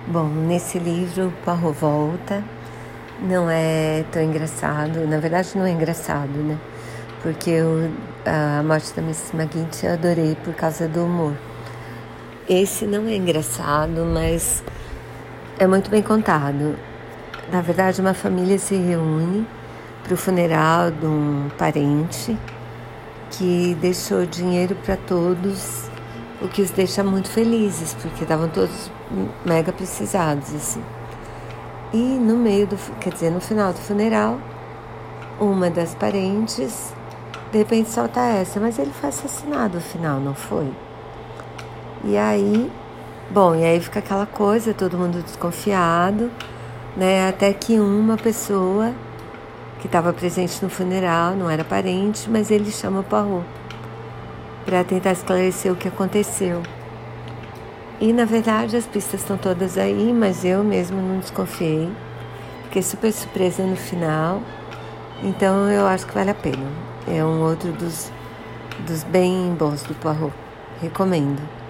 Bom, nesse livro, Poirot volta, não é tão engraçado, na verdade não é engraçado, né? Porque a morte da Mrs. McGinty eu adorei por causa do humor. Esse não é engraçado, mas é muito bem contado. Na verdade, uma família se reúne para o funeral de um parente que deixou dinheiro para todos, o que os deixa muito felizes, porque estavam todos mega precisados, assim. E no final do funeral, uma das parentes, de repente solta essa, mas ele foi assassinado no final, não foi? E aí fica aquela coisa, todo mundo desconfiado, né? Até que uma pessoa que estava presente no funeral, não era parente, mas ele chama o Poirot para tentar esclarecer o que aconteceu. E na verdade as pistas estão todas aí, mas eu mesmo não desconfiei. Fiquei super surpresa no final, então eu acho que vale a pena. É um outro dos bem bons do Poirot. Recomendo.